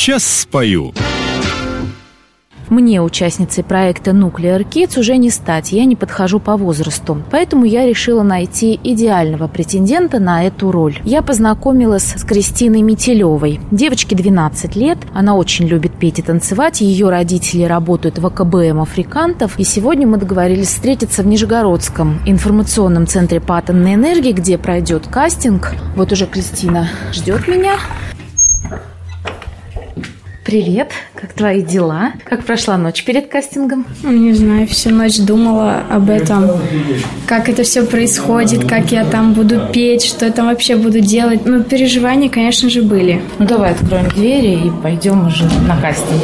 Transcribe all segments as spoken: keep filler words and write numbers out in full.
Сейчас спою. Мне, участницей проекта Nuclear Kids, уже не стать, я не подхожу по возрасту. Поэтому я решила найти идеального претендента на эту роль. Я познакомилась с Кристиной Метелевой. Девочке двенадцать лет, она очень любит петь и танцевать, ее родители работают в АКБМ «Африкантов». И сегодня мы договорились встретиться в Нижегородском информационном центре по атомной энергии, где пройдет кастинг. Вот уже Кристина ждет меня. Привет, как твои дела? Как прошла ночь перед кастингом? Не знаю, всю ночь думала об этом, как это все происходит, как я там буду петь, что я там вообще буду делать. Ну, переживания, конечно же, были. Ну, давай откроем двери и пойдем уже на кастинг.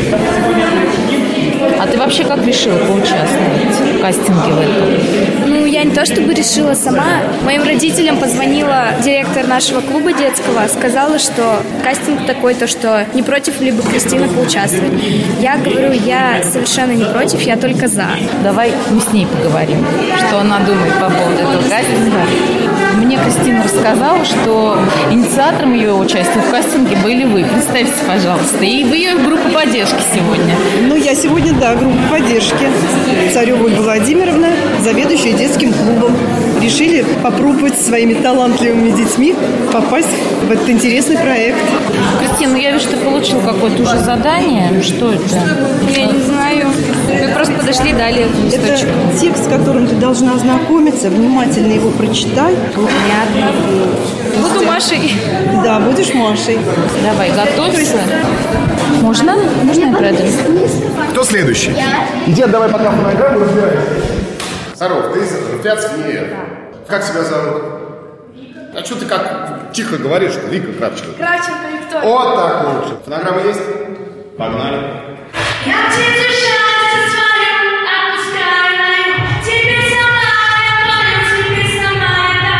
А ты вообще как решила поучаствовать в кастинге в этом? Ну, я не то чтобы решила сама. Моим родителям позвонила директор нашего клуба детского, сказала, что кастинг такой, то что не против ли бы Кристина поучаствовать. Я говорю, я совершенно не против, я только за. Давай мы с ней поговорим, что она думает по поводу этого кастинга. Мне Кристина рассказала, что инициатором ее участия в кастинге были вы. Представьте, пожалуйста. И вы ее группа поддержки сегодня. Ну, я сегодня, да, группа поддержки. Царева Ольга Владимировна, заведующая детским клубом. Решили попробовать своими талантливыми детьми попасть в этот интересный проект. Кристина, ну я вижу, ты получил какое-то уже задание. Что это? Я не знаю. Мы просто подошли, дали листочек. Это текст, с которым ты должна ознакомиться, внимательно его прочитай. Понятно. Буду Машей. Да, будешь Машей. Давай, готовься. Можно? Можно я пройду? Кто следующий? Дед, давай пока фонограмму разбирай. Саров, ты из Ртяцк? Нет. Как тебя зовут? А что ты как тихо говоришь, что Вика Кравченко? Кравченко Виктория. Вот так лучше. Фонограмма есть? Погнали. Я птицу счастье свою отпускаю, тебе сама я пою, тебе сама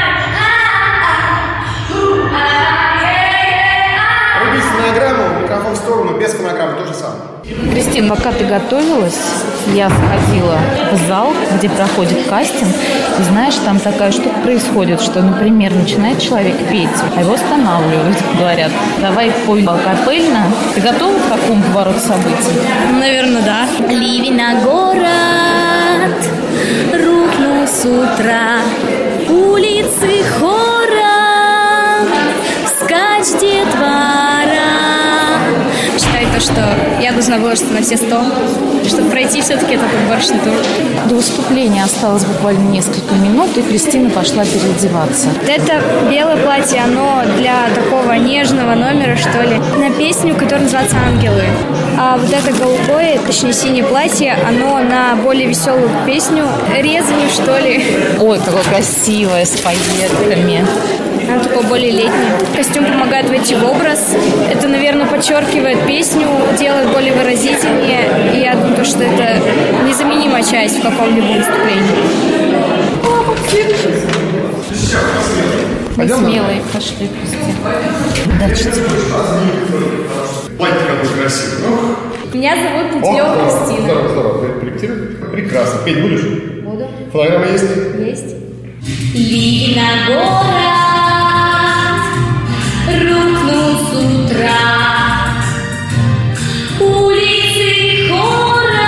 я пою. Руби фонограмму, микрофон в сторону, без фонограммы то же самое. Кристина, пока ты готовилась, я сходила в зал, где проходит кастинг. И знаешь, там такая штука происходит, что, например, начинает человек петь, а его останавливают, говорят, давай пой акапельно. Ты готова к такому повороту событий? Наверное, да. Ливень на город рухнул с утра, улицы хором вскачь детвора. Считаю то, что я должна выложиться на все сто, чтобы пройти все-таки этот отборочный тур. До выступления осталось буквально несколько минут, и Кристина пошла переодеваться. Это белое платье, оно для такого нежного номера, что ли, на песню, которая называется «Ангелы». А вот это голубое, точнее синее платье, оно на более веселую песню, резвую, что ли. Ой, какое красивое, с пайетками. Оно такое более летнее. Костюм помогает войти в образ. Это, наверное, подчеркивает песню, делает более выразительнее. И я думаю, что это незаменимая часть в каком-либо выступлении. Мы смелые пошли, Кристина. Удачи тебе. Платье какое красивое. Меня зовут Метелева Кристина. Здорово, здорово. Корректируй? Прекрасно. Петь будешь? Буду. Фонограмма есть? Есть. Ливень на город рухнул с утра, улицы хором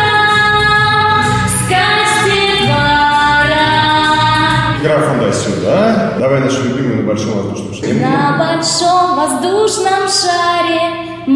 вскачь детвора. Микрофон дай сюда. Давай нашу любимую на большом воздушном шаре. На большом воздушном шаре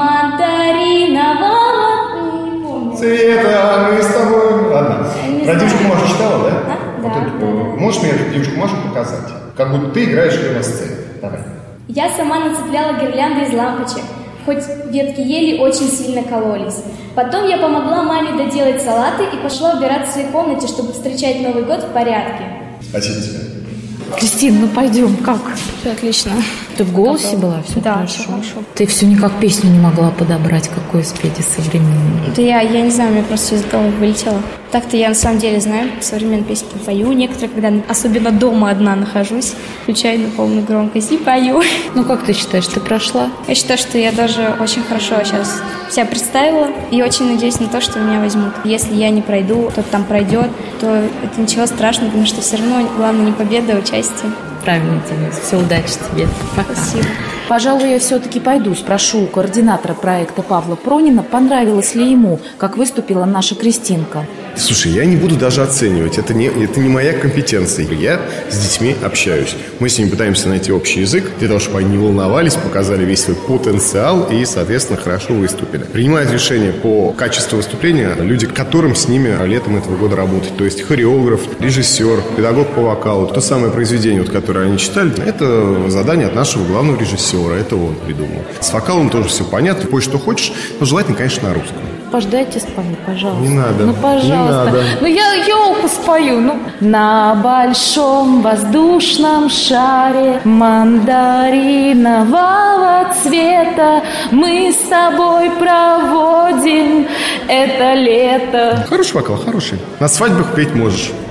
мандаринового. Цвета, мы с тобой. Ладно. Про девушку Машу читала, да? А? Вот Да, эту, да. Можешь мне эту девушку Машу показать? Как будто ты играешь ее на сцене. Давай. Я сама нацепляла гирлянды из лампочек, хоть ветки ели очень сильно кололись. Потом я помогла маме доделать салаты и пошла убираться в своей комнате, чтобы встречать Новый год в порядке. Спасибо тебе. Кристина, ну пойдем, как? Все отлично. Ты в голосе была? Все Да, хорошо? все хорошо. Ты все никак песню не могла подобрать, какую спеть из современной? Да я, я не знаю, у меня просто из головы вылетело. Так-то я на самом деле знаю современные песни, пою. Некоторые, когда особенно дома одна нахожусь, включаю на полную громкость и пою. Ну как ты считаешь, ты прошла? Я считаю, что я даже очень хорошо сейчас себя представила и очень надеюсь на то, что меня возьмут. Если я не пройду, кто-то там пройдет, то это ничего страшного, потому что все равно главное не победа, а участие. правильно, Денис. Все, удачи тебе. Пока. Спасибо. Пожалуй, я все-таки пойду спрошу у координатора проекта Павла Пронина, понравилось ли ему, как выступила наша Кристинка. Слушай, я не буду даже оценивать. Это не, это не моя компетенция. Я с детьми общаюсь. Мы с ними пытаемся найти общий язык, для того, чтобы они не волновались, показали весь свой потенциал и, соответственно, хорошо выступили. Принимают решение по качеству выступления люди, которым с ними летом этого года работать. То есть хореограф, режиссер, педагог по вокалу. То самое произведение, вот, которое они читали, это задание от нашего главного режиссера. Это он придумал. С вокалом тоже все понятно. Пой, что хочешь, но желательно, конечно, на русском. Пождайте спою, пожалуйста. Не надо. Ну, пожалуйста. Не надо. Ну, я елку спою. Ну. На большом воздушном шаре мандаринового цвета мы с тобой проводим это лето. Хороший вокал, хороший. На свадьбах петь можешь.